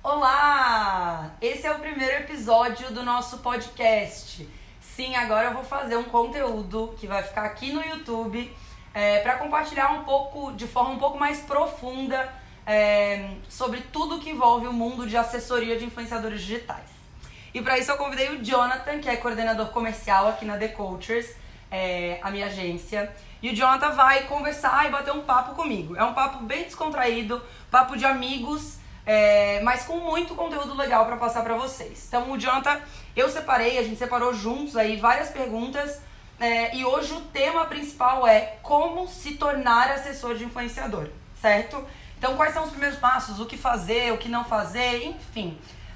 Olá! Esse é o primeiro episódio do nosso podcast. Sim, agora eu vou fazer um conteúdo que vai ficar aqui no YouTube para compartilhar um pouco, de forma um pouco mais profunda, sobre tudo que envolve o mundo de assessoria de influenciadores digitais. E para isso eu convidei o Jonathan, que é coordenador comercial aqui na The Cultures, a minha agência. E o Jonathan vai conversar e bater um papo comigo. É um papo bem descontraído, papo de amigos, mas com muito conteúdo legal para passar para vocês. Então o Jonathan, a gente separou juntos aí várias perguntas, e hoje o tema principal é como se tornar assessor de influenciador, certo? Então quais são os primeiros passos, o que fazer, o que não fazer, enfim.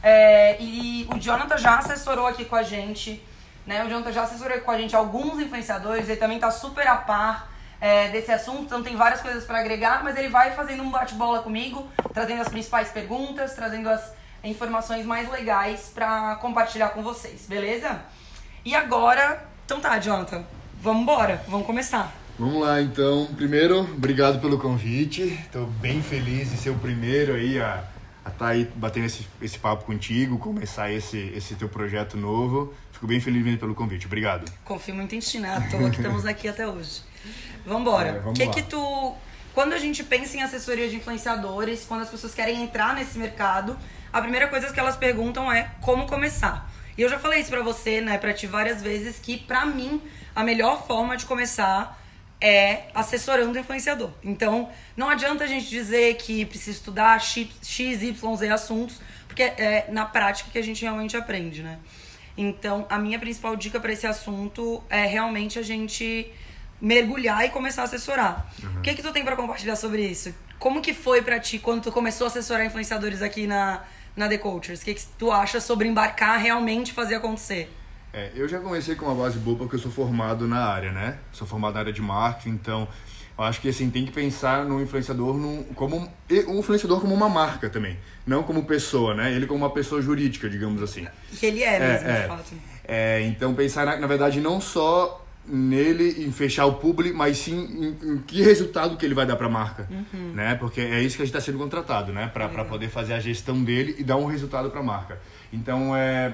E o Jonathan já assessorou aqui com a gente, né? O Jonathan já assessorou aqui com a gente alguns influenciadores, ele também tá super a par desse assunto, então tem várias coisas para agregar, mas ele vai fazendo um bate-bola comigo, trazendo as principais perguntas, trazendo as informações mais legais para compartilhar com vocês, beleza? E agora, então tá, Jonathan, vamos embora, vamos começar. Vamos lá, então. Primeiro, obrigado pelo convite. Estou bem feliz de ser o primeiro aí a estar aí batendo esse papo contigo, começar esse teu projeto novo. Fico bem feliz mesmo pelo convite. Obrigado. Confio muito em ti, né? À toa que estamos aqui até hoje. Vambora. Vamos lá. Quando a gente pensa em assessoria de influenciadores, quando as pessoas querem entrar nesse mercado, a primeira coisa que elas perguntam é como começar. E eu já falei isso pra você, né, pra ti várias vezes, que pra mim a melhor forma de começar é assessorando o influenciador. Então, não adianta a gente dizer que precisa estudar X, Y, Z assuntos, porque é na prática que a gente realmente aprende, né? Então, a minha principal dica para esse assunto é realmente a gente mergulhar e começar a assessorar. O que tu tem para compartilhar sobre isso? Como que foi para ti quando tu começou a assessorar influenciadores aqui na The Cultures? O que tu acha sobre embarcar, realmente fazer acontecer? Eu já comecei com uma base boa porque eu sou formado na área, né? Sou formado na área de marketing, então eu acho que assim, tem que pensar no influenciador como um influenciador como uma marca também, não como pessoa, né? Ele como uma pessoa jurídica, digamos assim. Que ele é mesmo, de fato. Então pensar, na verdade, não só nele, em fechar o publi, mas sim em que resultado que ele vai dar para a marca, né? Porque é isso que a gente está sendo contratado, né? Para poder fazer a gestão dele e dar um resultado para a marca. Então,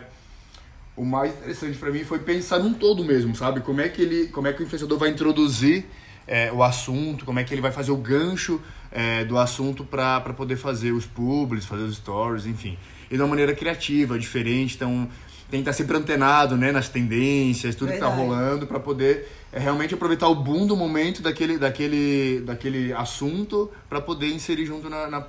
o mais interessante para mim foi pensar num todo mesmo, sabe? Como é que o influenciador vai introduzir o assunto, como é que ele vai fazer o gancho do assunto para poder fazer os publis, fazer os stories, enfim. E de uma maneira criativa, diferente, então tem que estar sempre antenado, né, nas tendências, tudo que está rolando, para poder realmente aproveitar o boom do momento daquele assunto para poder inserir junto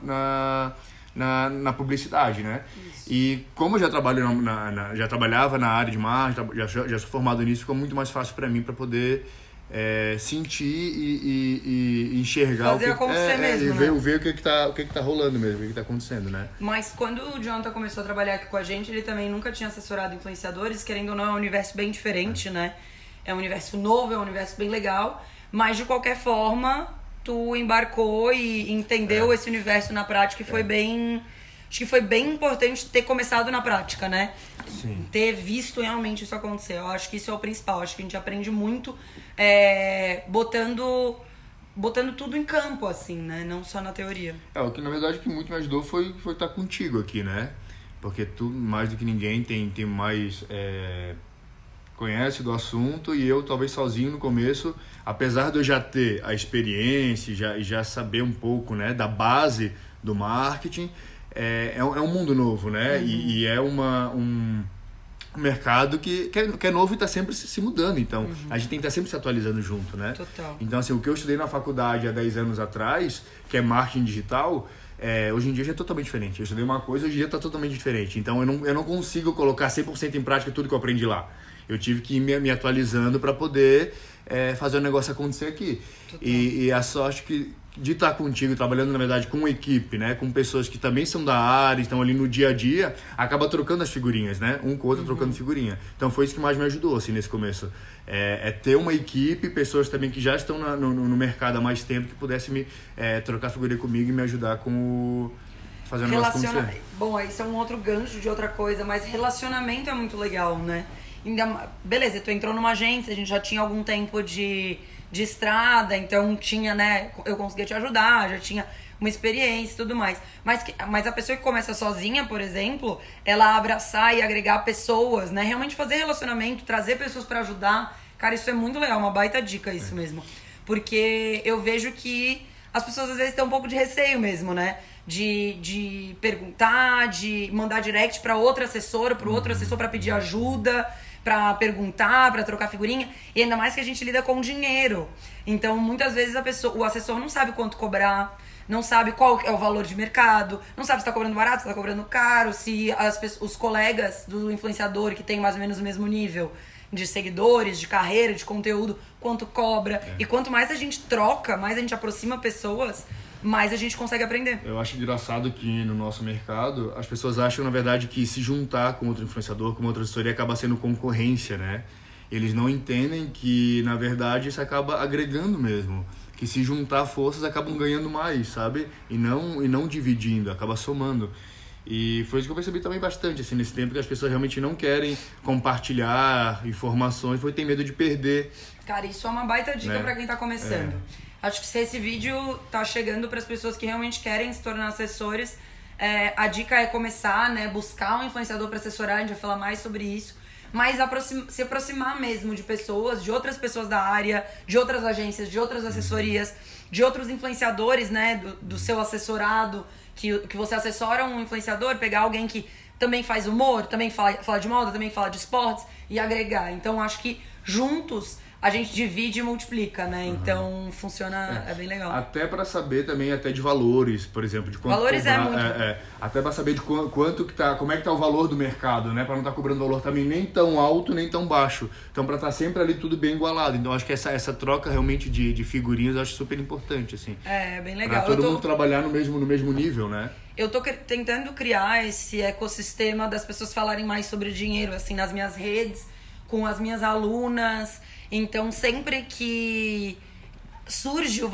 na publicidade, né? Isso. E como eu já trabalho já trabalhava na área de marketing, já sou formado nisso, ficou muito mais fácil para mim para poder sentir e enxergar fazer acontecer mesmo, e ver o que tá rolando mesmo, o que tá acontecendo, né? Mas quando o Jonathan começou a trabalhar aqui com a gente, ele também nunca tinha assessorado influenciadores, querendo ou não, é um universo bem diferente, né? É um universo novo, é um universo bem legal, mas de qualquer forma tu embarcou e entendeu esse universo na prática e foi bem... Acho que foi bem importante ter começado na prática, né? Sim. Ter visto realmente isso acontecer. Eu acho que isso é o principal. Acho que a gente aprende muito botando tudo em campo, assim, né? Não só na teoria. O que na verdade que muito me ajudou foi estar contigo aqui, né? Porque tu, mais do que ninguém, tem mais... conhece do assunto, e eu talvez sozinho no começo, apesar de eu já ter a experiência e já saber um pouco, né, da base do marketing, é um mundo novo, né? E é um mercado que é novo e está sempre se mudando, então a gente tem que estar sempre se atualizando junto, né? Total. Então assim, o que eu estudei na faculdade há 10 anos atrás, que é marketing digital, hoje em dia já é totalmente diferente. Eu estudei uma coisa, hoje em dia está totalmente diferente. Então eu não consigo colocar 100% em prática tudo que eu aprendi lá. Eu tive que ir me atualizando para poder fazer o negócio acontecer aqui. E a sorte de estar contigo, trabalhando na verdade com uma equipe, né, com pessoas que também são da área, estão ali no dia a dia, acaba trocando as figurinhas, né, um com o outro trocando figurinha. Então foi isso que mais me ajudou assim, nesse começo. Ter uma equipe, pessoas também que já estão no mercado há mais tempo, que pudessem trocar figurinha comigo e me ajudar com fazer o negócio acontecer. Bom, isso é um outro gancho de outra coisa, mas relacionamento é muito legal, né? Beleza, tu entrou numa agência, a gente já tinha algum tempo de estrada, então tinha, né, eu conseguia te ajudar, já tinha uma experiência e tudo mais. Mas a pessoa que começa sozinha, por exemplo, ela abraçar e agregar pessoas, né? Realmente fazer relacionamento, trazer pessoas pra ajudar. Cara, isso é muito legal, uma baita dica isso mesmo. Porque eu vejo que as pessoas às vezes têm um pouco de receio mesmo, né? De perguntar, de mandar direct pra outra assessora, pro outro assessor pra pedir ajuda, pra perguntar, pra trocar figurinha. E ainda mais que a gente lida com dinheiro. Então, muitas vezes o assessor não sabe quanto cobrar, não sabe qual é o valor de mercado, não sabe se tá cobrando barato, se tá cobrando caro, se os colegas do influenciador que tem mais ou menos o mesmo nível de seguidores, de carreira, de conteúdo, quanto cobra. E quanto mais a gente troca, mais a gente aproxima pessoas, mais a gente consegue aprender. Eu acho engraçado que no nosso mercado, as pessoas acham, na verdade, que se juntar com outro influenciador, com outra assessoria, acaba sendo concorrência, né? Eles não entendem que, na verdade, isso acaba agregando mesmo. Que se juntar forças, acabam ganhando mais, sabe? E não dividindo, acaba somando. E foi isso que eu percebi também bastante, assim, nesse tempo que as pessoas realmente não querem compartilhar informações, porque tem medo de perder. Cara, isso é uma baita dica, né? Pra quem tá começando. Acho que se esse vídeo tá chegando pras pessoas que realmente querem se tornar assessores, a dica é começar, né? Buscar um influenciador pra assessorar, a gente vai falar mais sobre isso. Mas se aproximar mesmo de pessoas, de outras pessoas da área, de outras agências, de outras assessorias, de outros influenciadores, né? Do seu assessorado, que você assessora um influenciador, pegar alguém que também faz humor, também fala de moda, também fala de esportes e agregar. Então, acho que juntos a gente divide e multiplica, né? Então, funciona, é bem legal. Até pra saber também, até de valores, por exemplo. De quanto valores cobrar, é muito. Até pra saber de quanto que tá, como é que tá o valor do mercado, né? Pra não estar cobrando valor também nem tão alto, nem tão baixo. Então, pra estar sempre ali tudo bem igualado. Então, acho que essa troca realmente de figurinhas, eu acho super importante, assim. É, bem legal. Pra todo mundo trabalhar no mesmo nível, né? Eu tô tentando criar esse ecossistema das pessoas falarem mais sobre dinheiro, assim, nas minhas redes, com as minhas alunas. Então, sempre que surge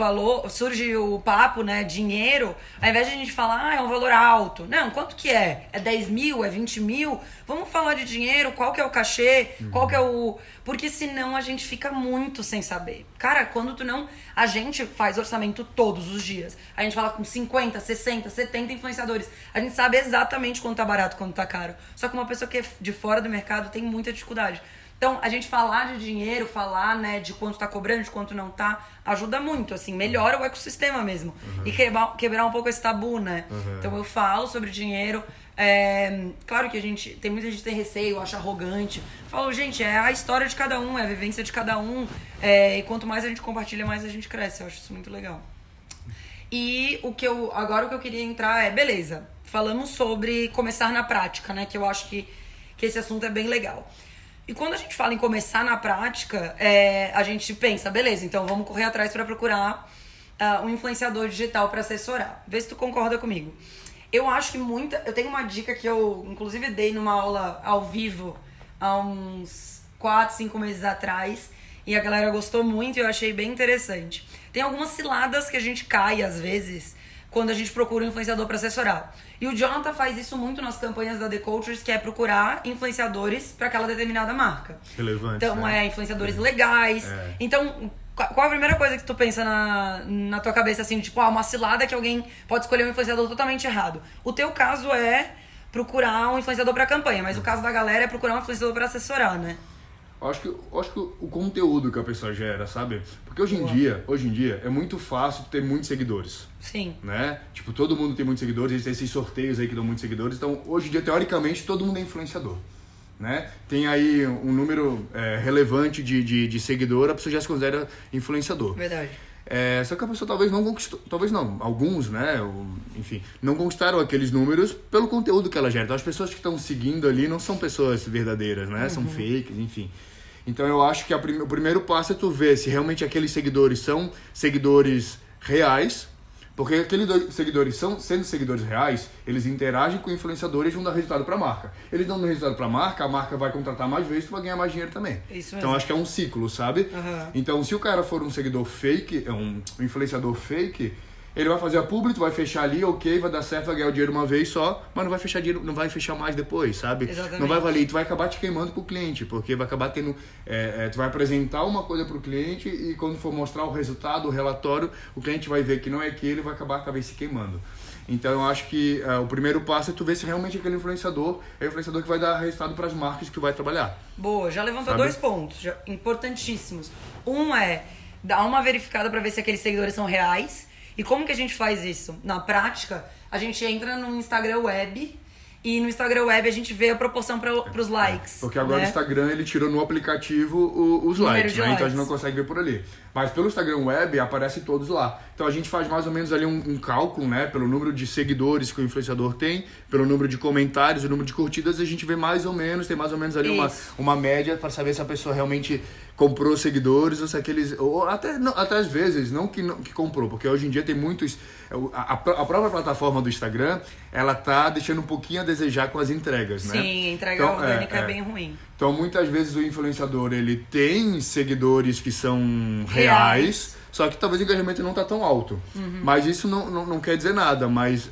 o papo, né, dinheiro, ao invés de a gente falar, é um valor alto. Não, quanto que é? É 10 mil? É 20 mil? Vamos falar de dinheiro, qual que é o cachê? Qual que é o... Porque senão a gente fica muito sem saber. Cara, quando a gente faz orçamento todos os dias. A gente fala com 50, 60, 70 influenciadores. A gente sabe exatamente quanto tá barato, quanto tá caro. Só que uma pessoa que é de fora do mercado tem muita dificuldade. Então, a gente falar de dinheiro, falar, né, de quanto tá cobrando, de quanto não tá, ajuda muito, assim, melhora o ecossistema mesmo. E quebrar um pouco esse tabu, né? Então, eu falo sobre dinheiro. Claro que tem muita gente que tem receio, acha arrogante. Eu falo, gente, é a história de cada um, é a vivência de cada um. E quanto mais a gente compartilha, mais a gente cresce. Eu acho isso muito legal. E agora o que eu queria entrar beleza, falamos sobre começar na prática, né? Que eu acho que esse assunto é bem legal. E quando a gente fala em começar na prática, a gente pensa, beleza, então vamos correr atrás para procurar um influenciador digital para assessorar. Vê se tu concorda comigo. Eu acho que eu tenho uma dica que eu, inclusive, dei numa aula ao vivo há uns 4, 5 meses atrás. E a galera gostou muito e eu achei bem interessante. Tem algumas ciladas que a gente cai, às vezes, quando a gente procura um influenciador para assessorar. E o Jonathan faz isso muito nas campanhas da The Cultures, que é procurar influenciadores para aquela determinada marca. Relevante, então, né? Influenciadores legais. Então, qual a primeira coisa que tu pensa na tua cabeça, assim, tipo, uma cilada que alguém pode escolher um influenciador totalmente errado? O teu caso é procurar um influenciador para campanha, mas o caso da galera é procurar um influenciador para assessorar, né? Eu acho que o conteúdo que a pessoa gera, sabe? Porque hoje em dia é muito fácil ter muitos seguidores. Sim. Né? Tipo, todo mundo tem muitos seguidores, existem esses sorteios aí que dão muitos seguidores. Então, hoje em dia, teoricamente, todo mundo é influenciador. Né? Tem aí um número relevante de seguidor, a pessoa já se considera influenciador. Verdade. Só que a pessoa talvez não conquistou, talvez não, alguns, né, enfim, não conquistaram aqueles números pelo conteúdo que ela gera. Então as pessoas que estão seguindo ali não são pessoas verdadeiras, né, são fakes, enfim. Então eu acho que o primeiro passo é tu ver se realmente aqueles seguidores são seguidores reais, porque aqueles seguidores sendo seguidores reais, eles interagem com o influenciador e vão dar resultado para a marca. Eles dão resultado para a marca vai contratar mais vezes e vai ganhar mais dinheiro também. Isso mesmo. Então acho que é um ciclo, sabe? Então se o cara for um seguidor fake, um influenciador fake, ele vai fazer a publi, tu vai fechar ali, ok, vai dar certo, vai ganhar o dinheiro uma vez só, mas não vai fechar dinheiro, não vai fechar mais depois, sabe? Exatamente. Não vai valer, e tu vai acabar te queimando pro cliente, porque vai acabar tendo, tu vai apresentar uma coisa pro cliente e quando for mostrar o resultado, o relatório, o cliente vai ver que não é aquele e vai acabar se queimando. Então eu acho que o primeiro passo é tu ver se realmente aquele influenciador é o influenciador que vai dar resultado para as marcas que tu vai trabalhar. Boa, já levantou Sabe? 2 pontos importantíssimos. Um é dar uma verificada para ver se aqueles seguidores são reais. E como que a gente faz isso? Na prática, a gente entra no Instagram Web e no Instagram Web a gente vê a proporção para os likes. Porque agora né? o Instagram ele tirou no aplicativo os likes, né? Então a gente não consegue ver por ali. Mas pelo Instagram Web aparece todos lá. Então a gente faz mais ou menos ali um cálculo, né? Pelo número de seguidores que o influenciador tem, pelo número de comentários, o número de curtidas, a gente vê mais ou menos, tem mais ou menos ali uma média para saber se a pessoa realmente comprou seguidores ou se aqueles... Ou até às vezes, não que comprou, porque hoje em dia tem muitos... A própria plataforma do Instagram, ela tá deixando um pouquinho a desejar com as entregas, né? Sim, a entrega orgânica é bem ruim. Então, muitas vezes o influenciador, ele tem seguidores que são reais, só que talvez o engajamento não tá tão alto. Mas isso não quer dizer nada, mas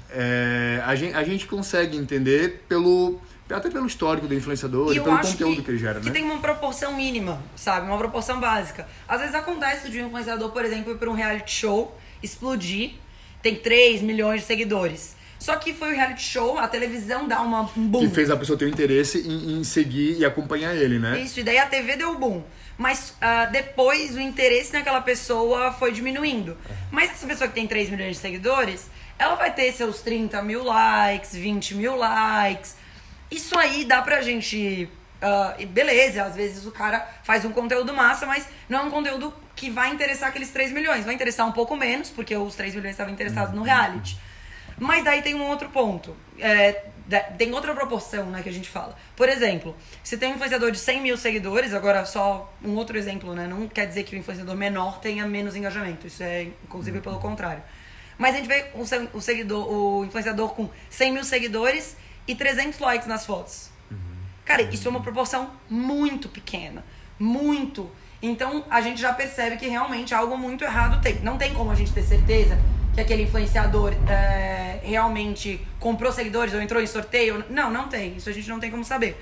a gente consegue entender até pelo histórico do influenciador e pelo conteúdo que ele gera, que né? tem uma proporção mínima, sabe? Uma proporção básica. Às vezes acontece de um influenciador, por exemplo, ir para um reality show, explodir, tem 3 milhões de seguidores. Só que foi o reality show, a televisão dá um boom. Que fez a pessoa ter um interesse em seguir e acompanhar ele, né? Isso, e daí a TV deu boom. Mas depois o interesse naquela pessoa foi diminuindo. Mas essa pessoa que tem 3 milhões de seguidores, ela vai ter seus 30 mil likes, 20 mil likes. Isso aí dá pra gente... beleza, às vezes o cara faz um conteúdo massa, mas não é um conteúdo que vai interessar aqueles 3 milhões. Vai interessar um pouco menos, porque os 3 milhões estavam interessados no reality. Mas daí tem um outro ponto. Tem outra proporção, né, que a gente fala. Por exemplo, se tem um influenciador de 100 mil seguidores, agora só um outro exemplo, né? Não quer dizer que o influenciador menor tenha menos engajamento. Isso é, inclusive, pelo contrário. Mas a gente vê o influenciador com 100 mil seguidores e 300 likes nas fotos. Cara, isso é uma proporção muito pequena. Muito. Então, a gente já percebe que realmente algo muito errado tem. Não tem como a gente ter certeza que aquele influenciador realmente comprou seguidores ou entrou em sorteio. Não tem. Isso a gente não tem como saber.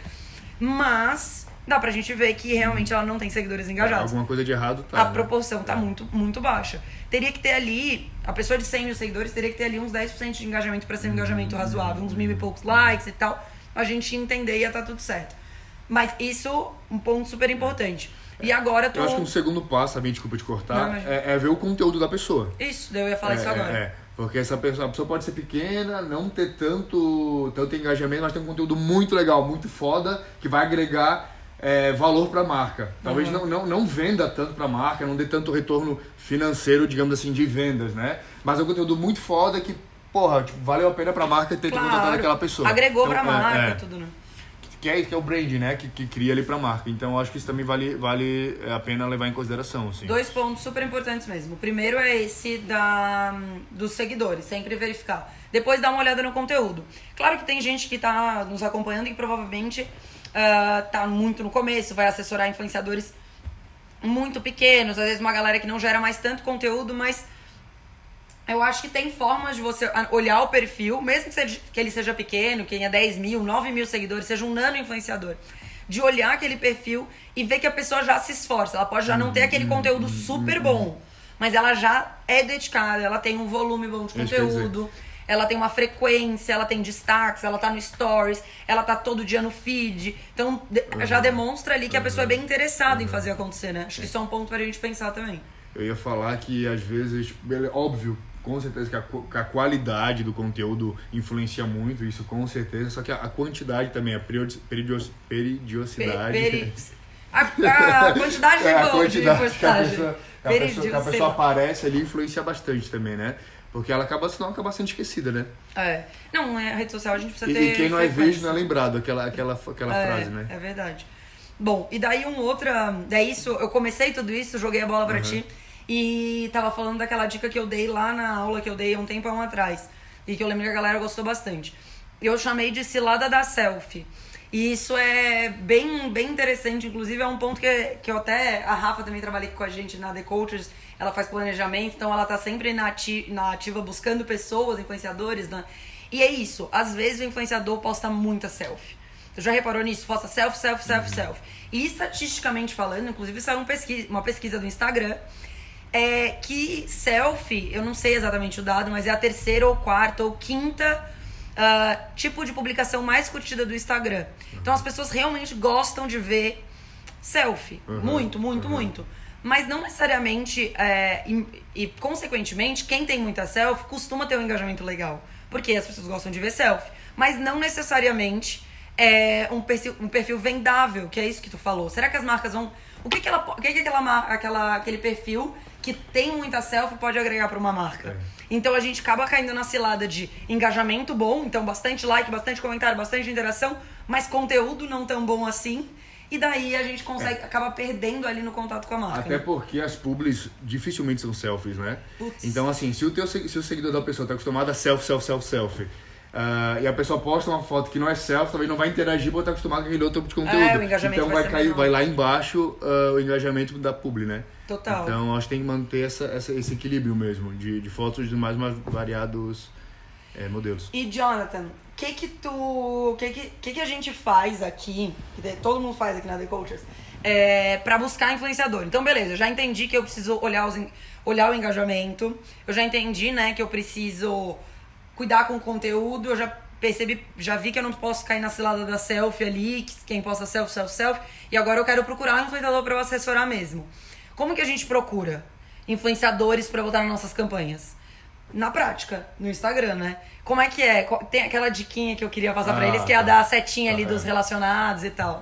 Mas dá pra gente ver que realmente ela não tem seguidores engajados. Alguma coisa de errado tá. A proporção tá muito, muito baixa. Teria que ter ali, a pessoa de 100 mil seguidores teria que ter ali uns 10% de engajamento pra ser um engajamento razoável. Uns 1.000 e poucos likes e tal. A gente entender e ia tá tudo certo. Mas isso, um ponto super importante. E agora Eu acho que um segundo passo, desculpa te cortar, é ver o conteúdo da pessoa. Isso, eu ia falar isso agora. Porque a pessoa pode ser pequena, não ter tanto engajamento, mas tem um conteúdo muito legal, muito foda, que vai agregar valor para a marca. Talvez não venda tanto para a marca, não dê tanto retorno financeiro, digamos assim, de vendas, né? Mas é um conteúdo muito foda que, valeu a pena para a marca ter contratado aquela pessoa. Agregou para a marca, tudo, né? Que é o brand, né? Que cria ali pra marca. Então, eu acho que isso também vale a pena levar em consideração, assim. 2 pontos super importantes mesmo. O primeiro é esse dos seguidores, sempre verificar. Depois dá uma olhada no conteúdo. Claro que tem gente que tá nos acompanhando e provavelmente tá muito no começo, vai assessorar influenciadores muito pequenos, às vezes uma galera que não gera mais tanto conteúdo, mas eu acho que tem formas de você olhar o perfil, mesmo que ele seja pequeno, que tenha 10 mil, 9 mil seguidores, seja um nano influenciador, de olhar aquele perfil e ver que a pessoa já se esforça. Ela pode já não ter aquele conteúdo super bom, mas ela já é dedicada, ela tem um volume bom de conteúdo, ela tem uma frequência, ela tem destaques, ela tá no stories, ela tá todo dia no feed. Então já demonstra ali que a pessoa é bem interessada em fazer acontecer, né? Acho que isso é um ponto pra gente pensar também. Eu ia falar que às vezes, óbvio, com certeza que a qualidade do conteúdo influencia muito, isso com certeza, só que a quantidade também, a periodicidade. A quantidade de postagem. Que a pessoa aparece ali influencia bastante também, né? Porque ela acaba sendo esquecida, né? Não, a rede social a gente precisa ter... E quem não é visto não é lembrado, aquela frase, né? É verdade. Bom, e daí eu comecei tudo isso, joguei a bola pra ti. E tava falando daquela dica que eu dei lá na aula que eu dei há um tempão atrás. E que eu lembro que a galera gostou bastante. Eu chamei de cilada da selfie. E isso é bem, bem interessante. Inclusive é um ponto que eu até... A Rafa também trabalha aqui com a gente na The Coaches. ela faz planejamento, então ela tá sempre na ativa buscando pessoas, influenciadores, né? E é isso, às vezes o influenciador posta muita selfie. Você já reparou nisso? Posta selfie, selfie, selfie, selfie. E estatisticamente falando, inclusive saiu uma pesquisa do Instagram, que selfie, eu não sei exatamente o dado, mas é a terceira ou quarta ou quinta tipo de publicação mais curtida do Instagram. Então as pessoas realmente gostam de ver selfie. Muito, muito, muito. Mas não necessariamente, e consequentemente, quem tem muita selfie costuma ter um engajamento legal. Porque as pessoas gostam de ver selfie. Mas não necessariamente um perfil vendável, que é isso que tu falou. Será que as marcas vão... O que aquele perfil que tem muita selfie pode agregar para uma marca? Então a gente acaba caindo na cilada de engajamento bom, então bastante like, bastante comentário, bastante interação, mas conteúdo não tão bom assim. E daí a gente acaba perdendo ali no contato com a marca. Até porque as publis dificilmente são selfies, né? Putz. Então, assim, se o seguidor da pessoa tá acostumado a selfie, e a pessoa posta uma foto que não é selfie, talvez não vai interagir porque tá acostumado com aquele outro tipo de conteúdo. O engajamento então vai lá embaixo o engajamento da publi, né? Total. Então, acho que tem que manter esse equilíbrio mesmo, de fotos de mais variados modelos. E, Jonathan, o que a gente faz aqui, que todo mundo faz aqui na The Cultures, pra buscar influenciador? Então, beleza, eu já entendi que eu preciso olhar o engajamento, eu já entendi, né, que eu preciso cuidar com o conteúdo, eu já vi que eu não posso cair na cilada da selfie ali, quem posta selfie, e agora eu quero procurar um influenciador pra eu assessorar mesmo. Como que a gente procura influenciadores pra botar nas nossas campanhas? Na prática, no Instagram, né? Como é que é? Tem aquela diquinha que eu queria passar pra eles, que é a da setinha ali dos relacionados e tal.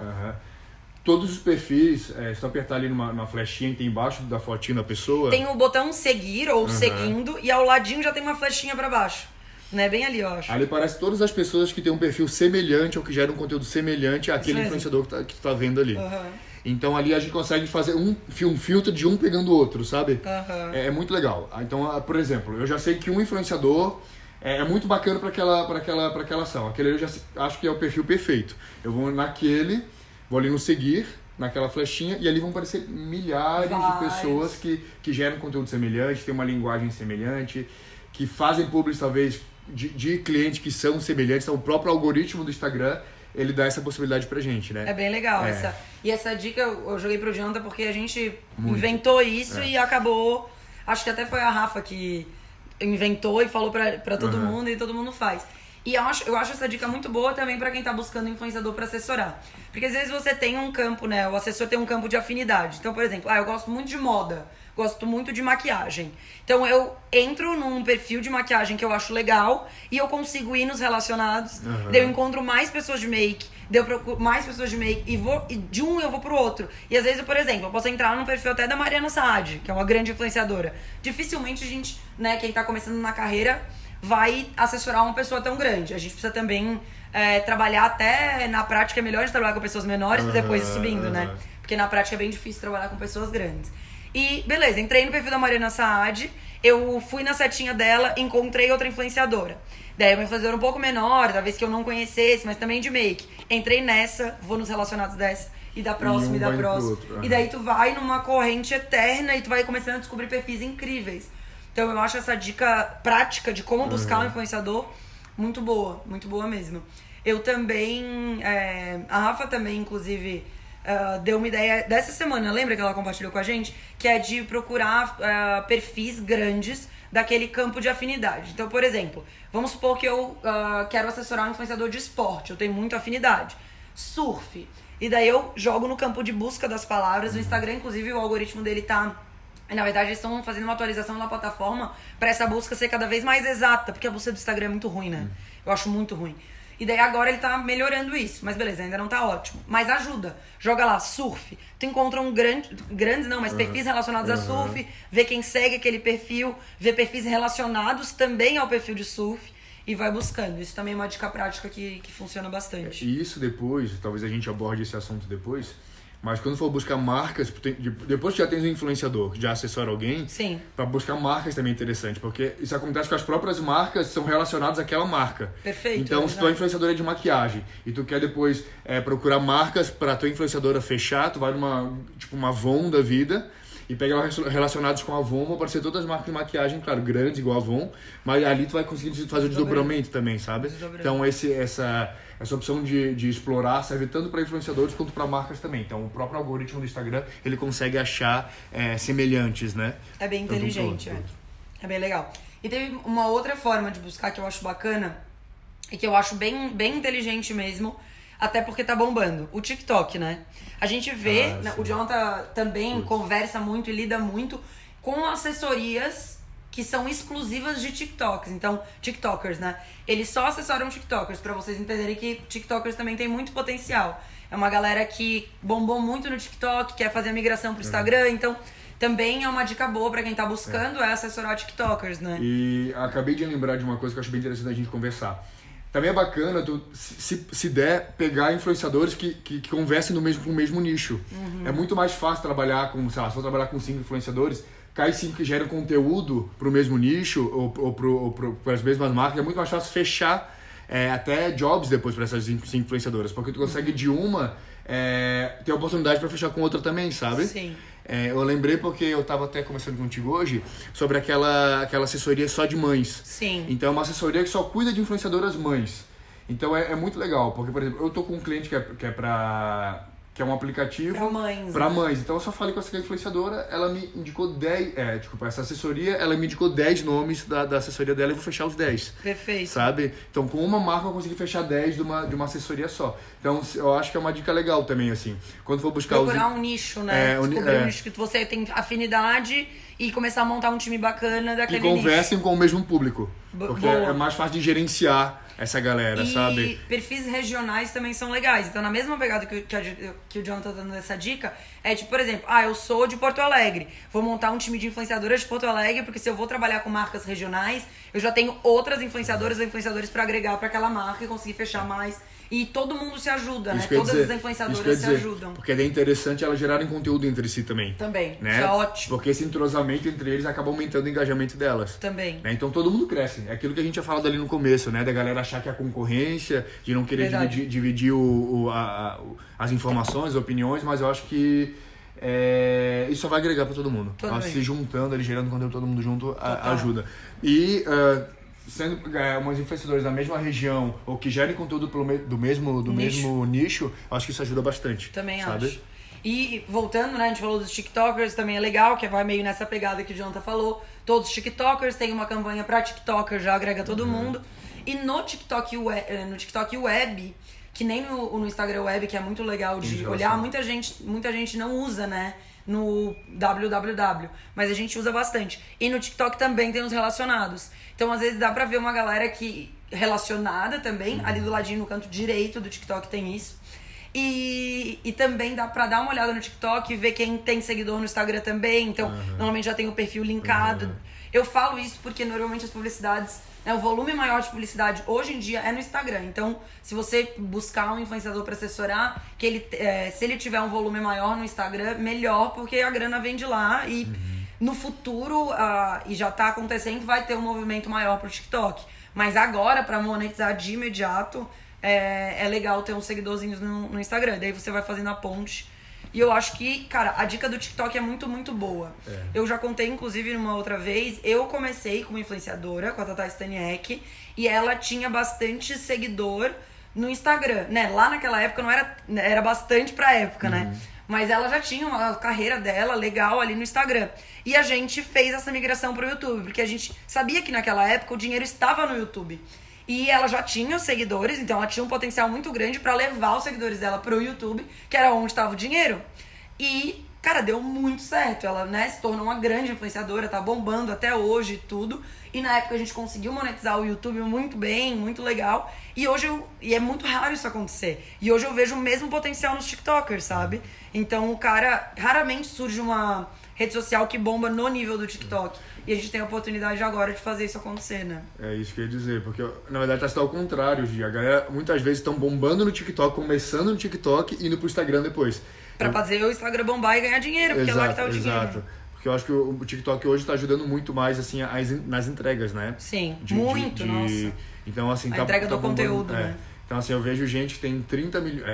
Todos os perfis, se tu apertar ali numa flechinha que tem embaixo da fotinha da pessoa... Tem o botão seguir ou seguindo, e ao ladinho já tem uma flechinha pra baixo. Né? Bem ali, eu acho. Ali parece todas as pessoas que têm um perfil semelhante ou que geram um conteúdo semelhante àquele influenciador que tu tá vendo ali. Então ali a gente consegue fazer um filtro de um pegando o outro, sabe? É muito legal. Então, por exemplo, eu já sei que um influenciador é muito bacana para aquela ação. Aquele eu já acho que é o perfil perfeito. Eu vou vou ali no seguir, naquela flechinha, e ali vão aparecer milhares de pessoas que geram conteúdo semelhante, têm uma linguagem semelhante, que fazem publis talvez de clientes que são semelhantes. Então o próprio algoritmo do Instagram, ele dá essa possibilidade pra gente, né? É bem legal. E essa dica eu joguei pro Jonathan porque a gente inventou isso e acabou... Acho que até foi a Rafa que inventou e falou pra todo mundo, e todo mundo faz. E eu acho essa dica muito boa também pra quem tá buscando influenciador pra assessorar. Porque às vezes você tem um campo, né? O assessor tem um campo de afinidade. Então, por exemplo, eu gosto muito de moda. Gosto muito de maquiagem. Então eu entro num perfil de maquiagem que eu acho legal e eu consigo ir nos relacionados. Daí eu encontro mais pessoas de make, daí eu procuro mais pessoas de make e de um eu vou pro outro. E às vezes, por exemplo, eu posso entrar num perfil até da Mariana Saad, que é uma grande influenciadora. Dificilmente a gente, né, quem tá começando na carreira, vai assessorar uma pessoa tão grande. A gente precisa também trabalhar até na prática. É melhor a gente trabalhar com pessoas menores pra depois ir subindo, né? Porque na prática é bem difícil trabalhar com pessoas grandes. E beleza, entrei no perfil da Mariana Saad, eu fui na setinha dela, encontrei outra influenciadora. Daí uma influenciadora um pouco menor, talvez que eu não conhecesse, mas também de make. Entrei nessa, vou nos relacionados dessa, e da próxima, e da próxima. E daí tu vai numa corrente eterna e tu vai começando a descobrir perfis incríveis. Então eu acho essa dica prática de como buscar um influenciador muito boa mesmo. Eu também, a Rafa também, inclusive... deu uma ideia dessa semana, lembra que ela compartilhou com a gente? Que é de procurar perfis grandes daquele campo de afinidade. Então, por exemplo, vamos supor que eu quero assessorar um influenciador de esporte, eu tenho muita afinidade. Surf. E daí eu jogo no campo de busca das palavras. No Instagram, inclusive, o algoritmo dele tá... Na verdade, eles estão fazendo uma atualização na plataforma para essa busca ser cada vez mais exata, porque a busca do Instagram é muito ruim, né? Eu acho muito ruim. E daí agora ele tá melhorando isso. Mas beleza, ainda não tá ótimo. Mas ajuda. Joga lá, surf. Tu encontra perfis relacionados a surf. Vê quem segue aquele perfil. Vê perfis relacionados também ao perfil de surf. E vai buscando. Isso também é uma dica prática que funciona bastante. E isso depois, talvez a gente aborde esse assunto depois... Mas quando for buscar marcas, depois que já tens um influenciador que já assessora alguém, para buscar marcas também é interessante, porque isso acontece com as próprias marcas, são relacionadas àquela marca. Perfeito. Então, se tu é influenciadora de maquiagem e tu quer depois procurar marcas para tua influenciadora fechar, tu vai numa, tipo uma Avon da vida e pega lá relacionados com a Avon, vão aparecer todas as marcas de maquiagem, claro, grandes, igual a Avon, mas ali tu vai conseguir fazer o desdobramento também, sabe? Então essa opção de explorar serve tanto para influenciadores quanto para marcas também. Então o próprio algoritmo do Instagram, ele consegue achar semelhantes, né? É bem inteligente, é bem legal. E teve uma outra forma de buscar que eu acho bacana e que eu acho bem inteligente mesmo, até porque tá bombando. O TikTok, né? A gente vê, o Jonathan também conversa muito e lida muito com assessorias que são exclusivas de TikToks. Então, TikTokers, né? Eles só assessoram TikTokers, pra vocês entenderem que TikTokers também tem muito potencial. É uma galera que bombou muito no TikTok, quer fazer a migração pro Instagram, então também é uma dica boa pra quem tá buscando assessorar TikTokers, né? E acabei de lembrar de uma coisa que eu acho bem interessante a gente conversar. Também é bacana, tu, se der, pegar influenciadores que conversem com o mesmo nicho. É muito mais fácil trabalhar com, sei lá, se for trabalhar com 5 influenciadores, cai 5 que geram conteúdo pro mesmo nicho ou para as mesmas marcas, é muito mais fácil fechar até jobs depois para essas 5 influenciadoras, porque tu consegue de uma ter a oportunidade para fechar com outra também, sabe? Sim. Eu lembrei porque eu tava até conversando contigo hoje sobre aquela assessoria só de mães. Sim. Então é uma assessoria que só cuida de influenciadoras mães. Então é muito legal, porque, por exemplo, eu tô com um cliente que é um aplicativo pra mães. Então eu só falei com essa influenciadora, ela me indicou 10, essa assessoria, ela me indicou 10 nomes da assessoria dela e eu vou fechar os 10. Perfeito. Sabe? Então com uma marca eu consegui fechar 10 de uma assessoria só. Então eu acho que é uma dica legal também, assim. Quando for buscar procurar um nicho, né? Descobrir um nicho que você tem afinidade e começar a montar um time bacana daquele nicho. E conversem com o mesmo público. Porque é mais fácil de gerenciar essa galera, sabe? E perfis regionais também são legais. Então, na mesma pegada que o Jonathan tá dando essa dica, é tipo, por exemplo, eu sou de Porto Alegre, vou montar um time de influenciadoras de Porto Alegre, porque se eu vou trabalhar com marcas regionais, eu já tenho outras influenciadoras ou influenciadores pra agregar pra aquela marca e conseguir fechar mais. E todo mundo se ajuda, né? Todas as influenciadoras se ajudam. Porque é interessante elas gerarem conteúdo entre si também. Também, né? isso é ótimo. Porque esse entrosamento entre eles acaba aumentando o engajamento delas. Também. Né? Então todo mundo cresce. É aquilo que a gente tinha falado ali no começo, né? Da galera achar que é a concorrência, de não querer dividir as informações, as opiniões, mas eu acho que isso só vai agregar pra todo mundo. Se juntando, ali, gerando conteúdo todo mundo junto, ajuda. E... sendo umas influenciadoras da mesma região ou que gerem conteúdo do mesmo nicho, acho que isso ajuda bastante. Também sabe? acho. E voltando, né, a gente falou dos TikTokers, também é legal, que vai meio nessa pegada que o Jonathan falou. Todos os TikTokers, tem uma campanha pra TikToker, já agrega todo mundo. E no TikTok Web, que nem no Instagram Web, que é muito legal de olhar, muita gente não usa, né? No www, mas a gente usa bastante. E no TikTok também tem os relacionados. Então, às vezes, dá pra ver uma galera que relacionada também, ali do ladinho no canto direito do TikTok tem isso. E também dá pra dar uma olhada no TikTok e ver quem tem seguidor no Instagram também. Então, normalmente já tem o perfil linkado. Eu falo isso porque normalmente as publicidades, né, o volume maior de publicidade hoje em dia é no Instagram. Então, se você buscar um influenciador para assessorar, que ele, se ele tiver um volume maior no Instagram, melhor, porque a grana vem de lá e no futuro, e já tá acontecendo, vai ter um movimento maior pro TikTok. Mas agora, para monetizar de imediato, é legal ter uns seguidorzinhos no Instagram. Daí você vai fazendo a ponte. E eu acho que, cara, a dica do TikTok é muito, muito boa. Eu já contei, inclusive, numa outra vez, eu comecei como influenciadora com a Tata Staniek e ela tinha bastante seguidor no Instagram, né? Lá naquela época não era bastante pra época, né? Mas ela já tinha uma carreira dela legal ali no Instagram. E a gente fez essa migração pro YouTube, porque a gente sabia que naquela época o dinheiro estava no YouTube. E ela já tinha os seguidores, então ela tinha um potencial muito grande pra levar os seguidores dela pro YouTube, que era onde estava o dinheiro. E, cara, deu muito certo. Ela, né, se tornou uma grande influenciadora, tá bombando até hoje e tudo. E na época a gente conseguiu monetizar o YouTube muito bem, muito legal. E hoje é muito raro isso acontecer. E hoje eu vejo o mesmo potencial nos TikTokers, sabe? Então, cara, raramente surge uma rede social que bomba no nível do TikTok. E a gente tem a oportunidade agora de fazer isso acontecer, né? É isso que eu ia dizer, porque na verdade tá sendo ao contrário, Gi. A galera muitas vezes estão bombando no TikTok, começando no TikTok e indo pro Instagram depois. Pra fazer o Instagram bombar e ganhar dinheiro, porque é lá que tá o dinheiro. Exato. Porque eu acho que o TikTok hoje tá ajudando muito mais, assim, nas entregas, né? Sim, nossa. Então, assim, a entrega do conteúdo, né? Então, assim, eu vejo gente que tem 30 milhões...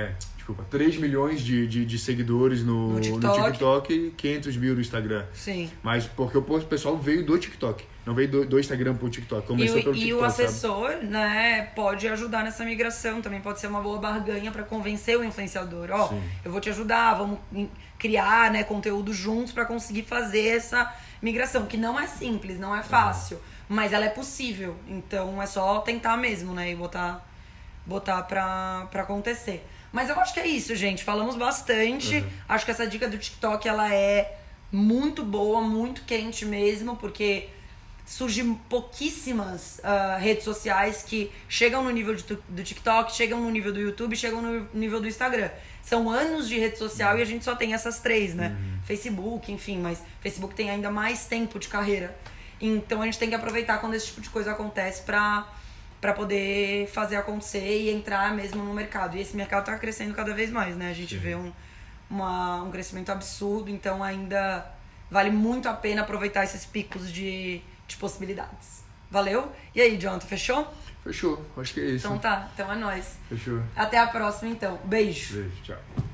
3 milhões de seguidores no TikTok e 500 mil no Instagram. Sim. Mas porque o pessoal veio do TikTok, não veio do Instagram pro TikTok. Começou pelo TikTok, o assessor, sabe? Né, pode ajudar nessa migração. Também pode ser uma boa barganha para convencer o influenciador. Ó, eu vou te ajudar, vamos criar, né, conteúdo juntos para conseguir fazer essa migração. Que não é simples, não é fácil, mas ela é possível. Então é só tentar mesmo, né, e botar pra acontecer. Mas eu acho que é isso, gente. Falamos bastante. Acho que essa dica do TikTok, ela é muito boa, muito quente mesmo, porque surgem pouquíssimas redes sociais que chegam no nível do TikTok, chegam no nível do YouTube, chegam no nível do Instagram. São anos de rede social e a gente só tem essas 3, né? Facebook, enfim, mas Facebook tem ainda mais tempo de carreira. Então a gente tem que aproveitar quando esse tipo de coisa acontece pra poder fazer acontecer e entrar mesmo no mercado. E esse mercado tá crescendo cada vez mais, né? A gente vê um crescimento absurdo, então ainda vale muito a pena aproveitar esses picos de possibilidades. Valeu? E aí, Jonathan, fechou? Fechou, acho que é isso. Então tá, então é nóis. Fechou. Até a próxima, então. Beijo. Beijo, tchau.